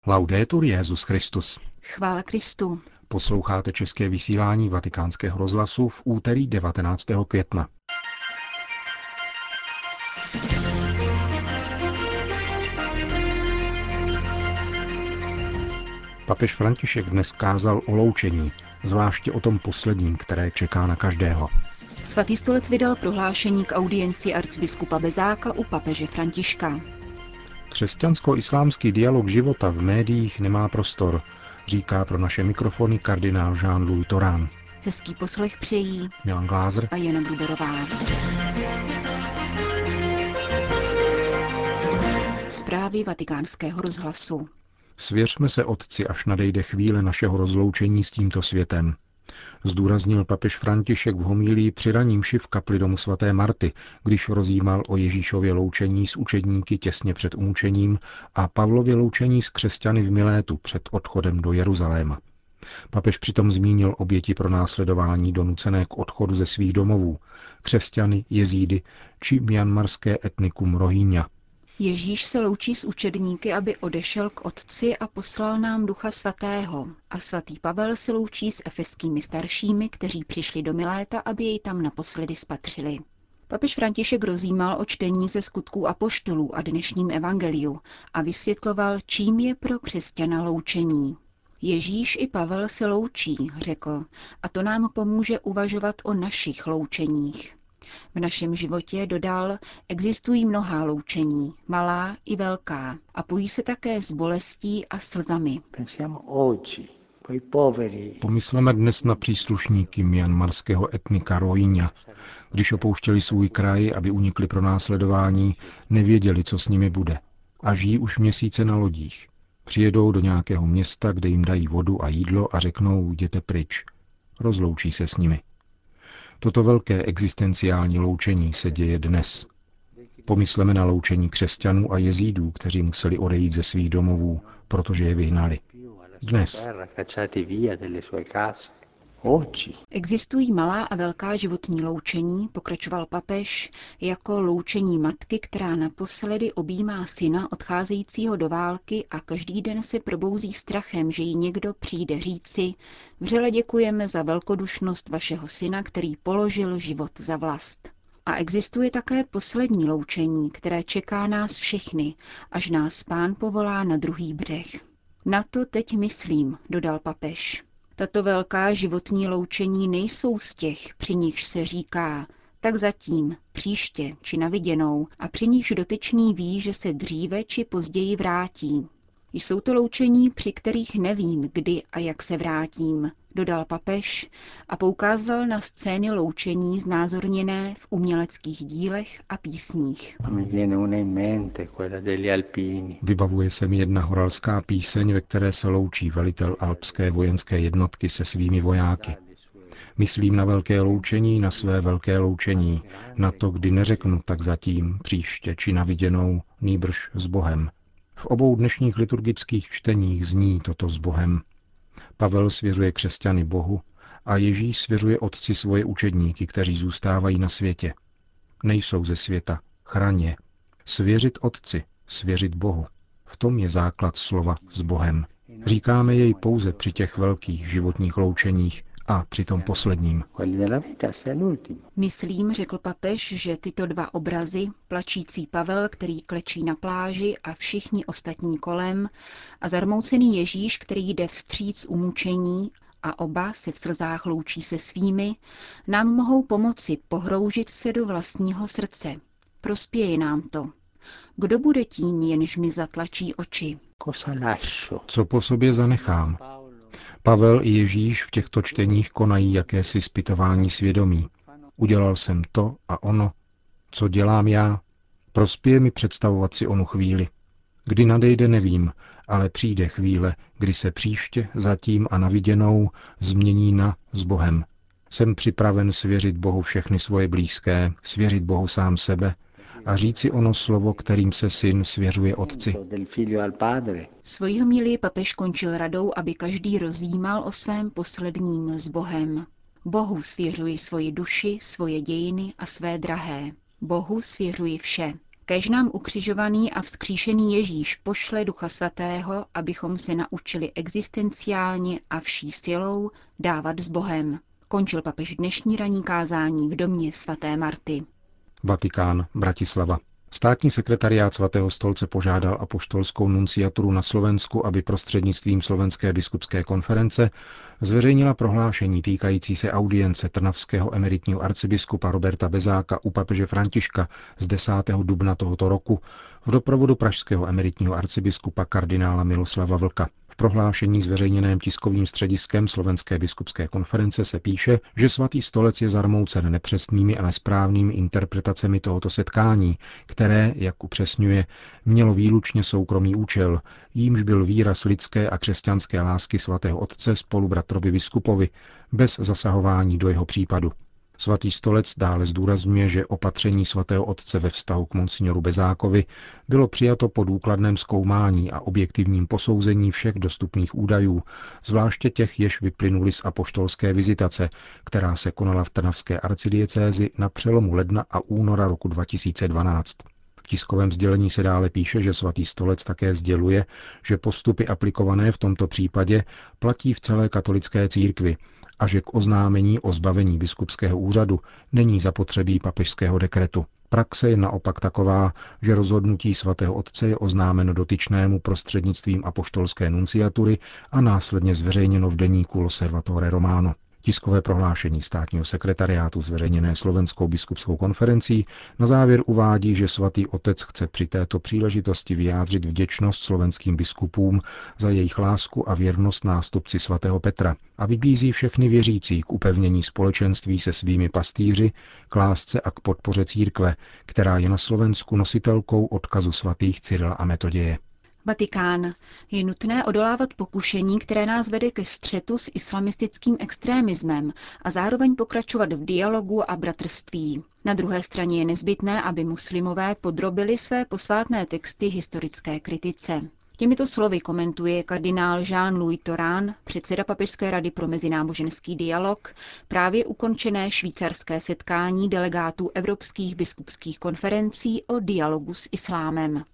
Laudetur Jesus Christus. Chvála Kristu. Posloucháte české vysílání Vatikánského rozhlasu v úterý 19. května. Papež František dnes kázal o loučení, zvláště o tom posledním, které čeká na každého. Svatý stolec vydal prohlášení k audienci arcibiskupa Bezáka u papeže Františka. Křesťansko-islámský dialog života v médiích nemá prostor, říká pro naše mikrofony kardinál Jean-Louis Torán. Hezký poslech přejí Milan Glázer a Jana Gruberová. Zprávy Vatikánského rozhlasu. Svěřme se Otci, až nadejde chvíle našeho rozloučení s tímto světem. Zdůraznil papež František v homílii při raní mši v kapli domu svaté Marty, když rozjímal o Ježíšově loučení s učedníky těsně před umučením a Pavlově loučení s křesťany v Milétu před odchodem do Jeruzaléma. Papež přitom zmínil oběti pronásledování donucené k odchodu ze svých domovů, křesťany, jezídy či myanmarské etnikum Rohingya. Ježíš se loučí s učedníky, aby odešel k Otci a poslal nám Ducha Svatého. A svatý Pavel se loučí s efeskými staršími, kteří přišli do Miléta, aby jej tam naposledy spatřili. Papež František rozjímal o čtení ze Skutků apoštolů a dnešním evangeliu a vysvětloval, čím je pro křesťana loučení. Ježíš i Pavel se loučí, řekl, a to nám pomůže uvažovat o našich loučeních. V našem životě, dodal, existují mnohá loučení, malá i velká, a pojí se také s bolestí a slzami. Pomysleme dnes na příslušníky myanmarského etnika Rohingya. Když opouštěli svůj kraj, aby unikli pronásledování, nevěděli, co s nimi bude. A žijí už měsíce na lodích. Přijedou do nějakého města, kde jim dají vodu a jídlo a řeknou, jděte pryč. Rozloučí se s nimi. Toto velké existenciální loučení se děje dnes. Pomysleme na loučení křesťanů a jezídů, kteří museli odejít ze svých domovů, protože je vyhnali. Dnes. Existují malá a velká životní loučení, pokračoval papež, jako loučení matky, která naposledy objímá syna odcházejícího do války a každý den se probouzí strachem, že jí někdo přijde říci: vřele děkujeme za velkodušnost vašeho syna, který položil život za vlast. A existuje také poslední loučení, které čeká nás všechny, až nás Pán povolá na druhý břeh. Na to teď myslím, dodal papež. Tato velká životní loučení nejsou z těch, při nichž se říká, tak zatím, příště či na viděnou, a při nichž dotyčný ví, že se dříve či později vrátí. Jsou to loučení, při kterých nevím, kdy a jak se vrátím, dodal papež a poukázal na scény loučení znázorněné v uměleckých dílech a písních. Vybavuje se mi jedna horalská píseň, ve které se loučí velitel alpské vojenské jednotky se svými vojáky. Myslím na velké loučení, na své velké loučení, na to, kdy neřeknu tak zatím, příště či na viděnou, nýbrž s Bohem. V obou dnešních liturgických čteních zní toto s Bohem. Pavel svěřuje křesťany Bohu a Ježíš svěřuje Otci svoje učedníky, kteří zůstávají na světě. Nejsou ze světa, chraň je. Svěřit Otci, svěřit Bohu. V tom je základ slova s Bohem. Říkáme jej pouze při těch velkých životních loučeních a při tom posledním. Myslím, řekl papež, že tyto dva obrazy, plačící Pavel, který klečí na pláži a všichni ostatní kolem, a zarmoucený Ježíš, který jde vstříc umučení a oba se v slzách loučí se svými, nám mohou pomoci pohroužit se do vlastního srdce. Prospěje nám to. Kdo bude tím, jenž mi zatlačí oči? Co po sobě zanechám? Pavel i Ježíš v těchto čteních konají jakési zpytování svědomí. Udělal jsem to a ono. Co dělám já? Prospěje mi představovat si onu chvíli. Kdy nadejde, nevím, ale přijde chvíle, kdy se příště, zatím a na viděnou změní na s Bohem. Jsem připraven svěřit Bohu všechny svoje blízké, svěřit Bohu sám sebe a říci ono slovo, kterým se syn svěřuje Otci. Svoji homilii papež končil radou, aby každý rozjímal o svém posledním s Bohem. Bohu svěřuji svoji duši, svoje dějiny a své drahé. Bohu svěřuji vše. Kéž nám ukřižovaný a vzkříšený Ježíš pošle Ducha Svatého, abychom se naučili existenciálně a vší silou dávat s Bohem. Končil papež dnešní ranní kázání v domě svaté Marty. Vatikán, Bratislava. Státní sekretariát Svatého stolce požádal apoštolskou nunciaturu na Slovensku, aby prostřednictvím Slovenské biskupské konference zveřejnila prohlášení týkající se audience trnavského emeritního arcibiskupa Roberta Bezáka u papeže Františka z 10. dubna tohoto roku v doprovodu pražského emeritního arcibiskupa kardinála Miloslava Vlka. V prohlášení zveřejněném tiskovým střediskem Slovenské biskupské konference se píše, že Svatý stolec je zarmoucen nepřesnými a nesprávnými interpretacemi tohoto setkání, které, jak upřesňuje, mělo výlučně soukromý účel, jímž byl výraz lidské a křesťanské lásky svatého otce spolubratrovi biskupovi, bez zasahování do jeho případu. Svatý stolec dále zdůrazňuje, že opatření svatého otce ve vztahu k monsignoru Bezákovi bylo přijato po důkladném zkoumání a objektivním posouzení všech dostupných údajů, zvláště těch, jež vyplynuli z apoštolské vizitace, která se konala v trnavské arcidiecézi na přelomu ledna a února roku 2012. V tiskovém sdělení se dále píše, že Svatý stolec také sděluje, že postupy aplikované v tomto případě platí v celé katolické církvi a že k oznámení o zbavení biskupského úřadu není zapotřebí papežského dekretu. Praxe je naopak taková, že rozhodnutí svatého otce je oznámeno dotyčnému prostřednictvím apoštolské nunciatury a následně zveřejněno v deníku L'Osservatore Romano. Tiskové prohlášení státního sekretariátu zveřejněné Slovenskou biskupskou konferencí na závěr uvádí, že svatý otec chce při této příležitosti vyjádřit vděčnost slovenským biskupům za jejich lásku a věrnost nástupci svatého Petra a vybízí všechny věřící k upevnění společenství se svými pastýři, k lásce a k podpoře církve, která je na Slovensku nositelkou odkazu svatých Cyrila a Metoděje. Vatikán. Je nutné odolávat pokušení, které nás vede ke střetu s islamistickým extrémismem a zároveň pokračovat v dialogu a bratrství. Na druhé straně je nezbytné, aby muslimové podrobili své posvátné texty historické kritice. Těmito slovy komentuje kardinál Jean-Louis Torán, předseda Papežské rady pro mezináboženský dialog, právě ukončené švýcarské setkání delegátů evropských biskupských konferencí o dialogu s islámem.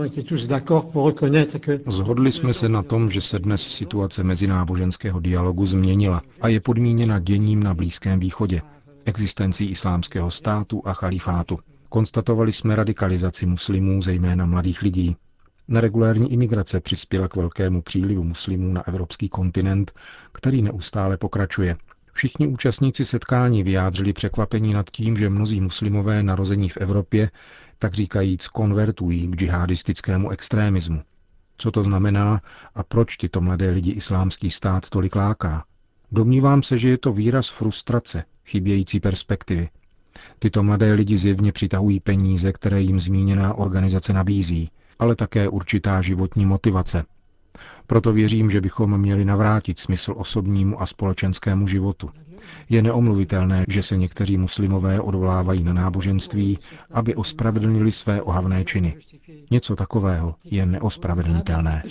Shodli jsme se na tom, že se dnes situace mezináboženského dialogu změnila a je podmíněna děním na Blízkém východě, existencí islámského státu a chalifátu. Konstatovali jsme radikalizaci muslimů, zejména mladých lidí. Neregulérní imigrace přispěla k velkému přílivu muslimů na evropský kontinent, který neustále pokračuje. Všichni účastníci setkání vyjádřili překvapení nad tím, že mnozí muslimové narození v Evropě, tak říkajíc, konvertují k džihadistickému extrémismu. Co to znamená a proč tyto mladé lidi islámský stát tolik láká? Domnívám se, že je to výraz frustrace, chybějící perspektivy. Tyto mladé lidi zjevně přitahují peníze, které jim zmíněná organizace nabízí, ale také určitá životní motivace. Proto věřím, že bychom měli navrátit smysl osobnímu a společenskému životu. Je neomluvitelné, že se někteří muslimové odvolávají na náboženství, aby ospravedlnili své ohavné činy. Něco takového je neospravedlnitelné.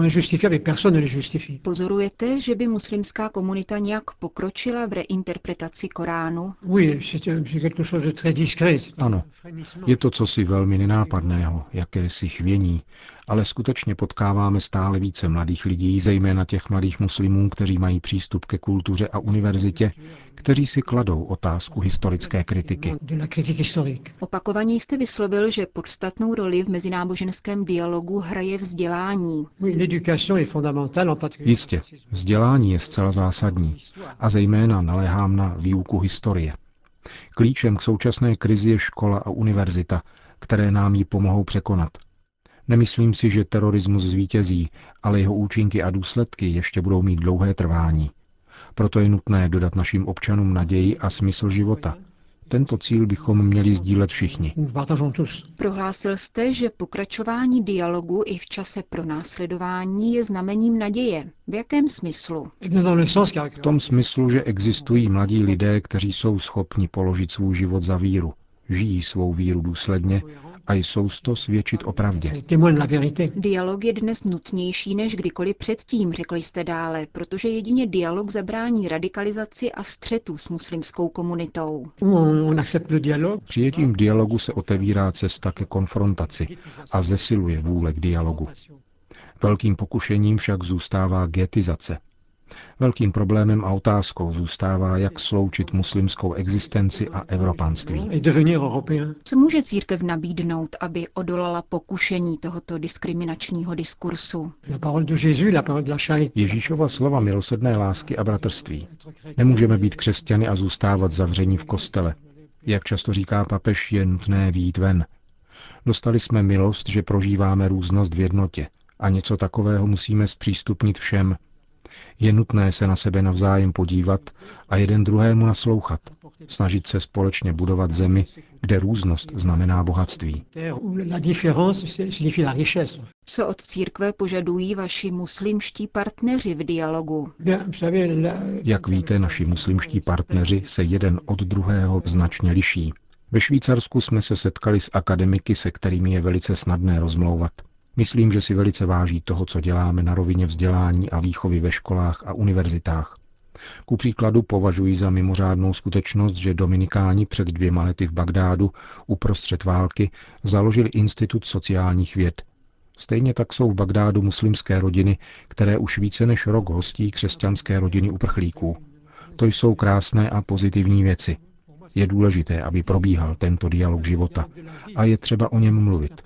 Pozorujete, že by muslimská komunita nějak pokročila v reinterpretaci Koránu? Ano, je to cosi velmi nenápadného, jakési chvění, ale skutečně potkáváme stále více mladých lidí, zejména těch mladých muslimů, kteří mají přístup ke kultuře a univerzitě, kteří si kladou otázku historické kritiky. Opakovaně jste vyslovil, že podstatnou roli v mezináboženském dialogu hraje vzdělání. Jistě, vzdělání je zcela zásadní a zejména naléhám na výuku historie. Klíčem k současné krizi je škola a univerzita, které nám ji pomohou překonat. Nemyslím si, že terorismus zvítězí, ale jeho účinky a důsledky ještě budou mít dlouhé trvání. Proto je nutné dodat našim občanům naději a smysl života. Tento cíl bychom měli sdílet všichni. Prohlásil jste, že pokračování dialogu i v čase pronásledování je znamením naděje. V jakém smyslu? V tom smyslu, že existují mladí lidé, kteří jsou schopni položit svůj život za víru, žijí svou víru důsledně a jsou to svědčit o pravdě. Dialog je dnes nutnější než kdykoliv předtím, řekli jste dále, protože jedině dialog zabrání radikalizaci a střetu s muslimskou komunitou. Přijetím dialogu se otevírá cesta ke konfrontaci a zesiluje vůle k dialogu. Velkým pokušením však zůstává getizace. Velkým problémem a otázkou zůstává, jak sloučit muslimskou existenci a evropanství. Co může církev nabídnout, aby odolala pokušení tohoto diskriminačního diskursu? Ježíšova slova milosrdné lásky a bratrství. Nemůžeme být křesťany a zůstávat zavření v kostele. Jak často říká papež, je nutné vyjít ven. Dostali jsme milost, že prožíváme různost v jednotě a něco takového musíme zpřístupnit všem. Je nutné se na sebe navzájem podívat a jeden druhému naslouchat. Snažit se společně budovat zemi, kde různost znamená bohatství. Co od církve požadují vaši muslimští partneři v dialogu? Jak víte, naši muslimští partneři se jeden od druhého značně liší. Ve Švýcarsku jsme se setkali s akademiky, se kterými je velice snadné rozmlouvat. Myslím, že si velice váží toho, co děláme na rovině vzdělání a výchovy ve školách a univerzitách. Ku příkladu považuji za mimořádnou skutečnost, že Dominikáni před 2 lety v Bagdádu uprostřed války založili Institut sociálních věd. Stejně tak jsou v Bagdádu muslimské rodiny, které už více než rok hostí křesťanské rodiny uprchlíků. To jsou krásné a pozitivní věci. Je důležité, aby probíhal tento dialog života a je třeba o něm mluvit.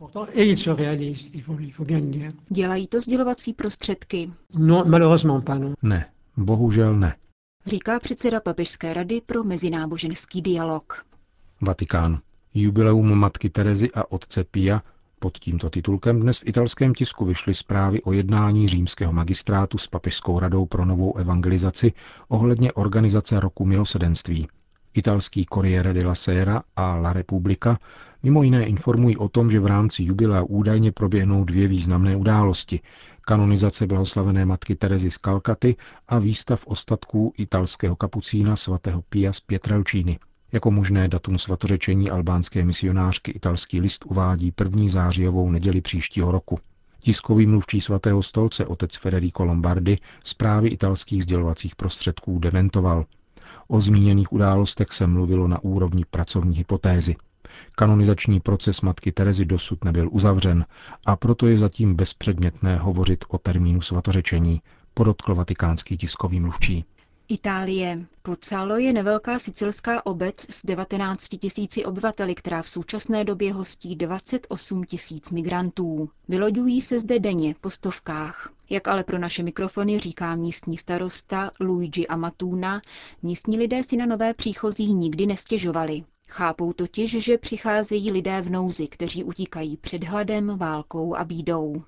Dělají to sdělovací prostředky? Ne, bohužel ne. Říká předseda Papežské rady pro mezináboženský dialog. Vatikán. Jubileum matky Terezy a otce Pia. Pod tímto titulkem dnes v italském tisku vyšly zprávy o jednání římského magistrátu s Papežskou radou pro novou evangelizaci ohledně organizace roku milosedenství. Italský Corriere della Sera a La Repubblica mimo jiné informují o tom, že v rámci jubilea údajně proběhnou 2 významné události. Kanonizace blahoslavené matky Terezy z Kalkaty a výstav ostatků italského kapucína svatého Pia z Pietrelciny. Jako možné datum svatořečení albánské misionářky italský list uvádí 1. zářijovou neděli příštího roku. Tiskový mluvčí svatého stolce otec Federico Lombardi zprávy italských sdělovacích prostředků dementoval. O zmíněných událostech se mluvilo na úrovni pracovní hypotézy. Kanonizační proces matky Terezy dosud nebyl uzavřen a proto je zatím bezpředmětné hovořit o termínu svatořečení, podotkl vatikánský tiskový mluvčí. Itálie. Pozzallo je nevelká sicilská obec s 19 000 obyvateli, která v současné době hostí 28 000 migrantů. Vyloďují se zde denně po stovkách. Jak ale pro naše mikrofony říká místní starosta Luigi Amatuna, místní lidé si na nové příchozí nikdy nestěžovali. Chápou totiž, že přicházejí lidé v nouzi, kteří utíkají před hladem, válkou a bídou.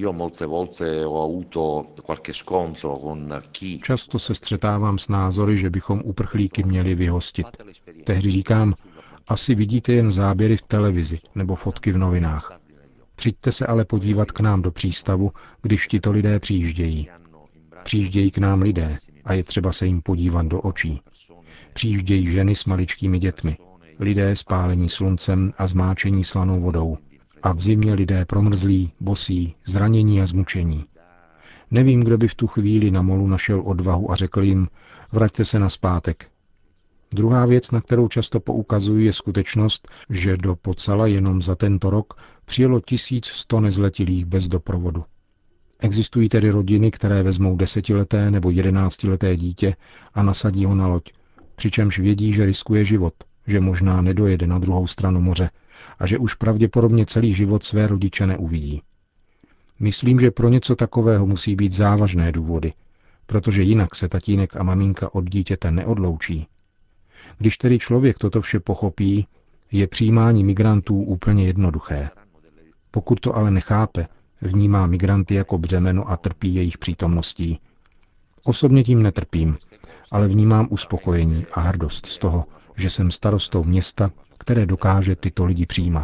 Často se střetávám s názory, že bychom uprchlíky měli vyhostit. Tehdy říkám, asi vidíte jen záběry v televizi nebo fotky v novinách. Přijďte se ale podívat k nám do přístavu, když tito lidé přijíždějí. Přijíždějí k nám lidé a je třeba se jim podívat do očí. Přijíždějí ženy s maličkými dětmi, lidé spálení sluncem a zmáčení slanou vodou. A v zimě lidé promrzlí, bosí, zranění a zmučení. Nevím, kdo by v tu chvíli na molu našel odvahu a řekl jim, vraťte se nazpátek. Druhá věc, na kterou často poukazuji, je skutečnost, že do Pozzalla jenom za tento rok přijelo 1100 nezletilých bez doprovodu. Existují tedy rodiny, které vezmou 10leté nebo 11leté dítě a nasadí ho na loď, přičemž vědí, že riskuje život, že možná nedojede na druhou stranu moře a že už pravděpodobně celý život své rodiče neuvidí. Myslím, že pro něco takového musí být závažné důvody, protože jinak se tatínek a maminka od dítěte neodloučí. Když tedy člověk toto vše pochopí, je přijímání migrantů úplně jednoduché. Pokud to ale nechápe, vnímá migranty jako břemeno a trpí jejich přítomností. Osobně tím netrpím, ale vnímám uspokojení a hrdost z toho, že jsem starostou města, které dokáže tyto lidi přijímat.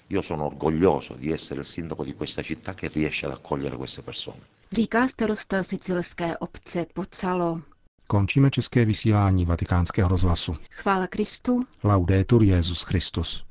Říká starosta sicilské obce Pozzallo. Končíme české vysílání Vatikánského rozhlasu. Chvála Kristu. Laudetur Jesus Christus.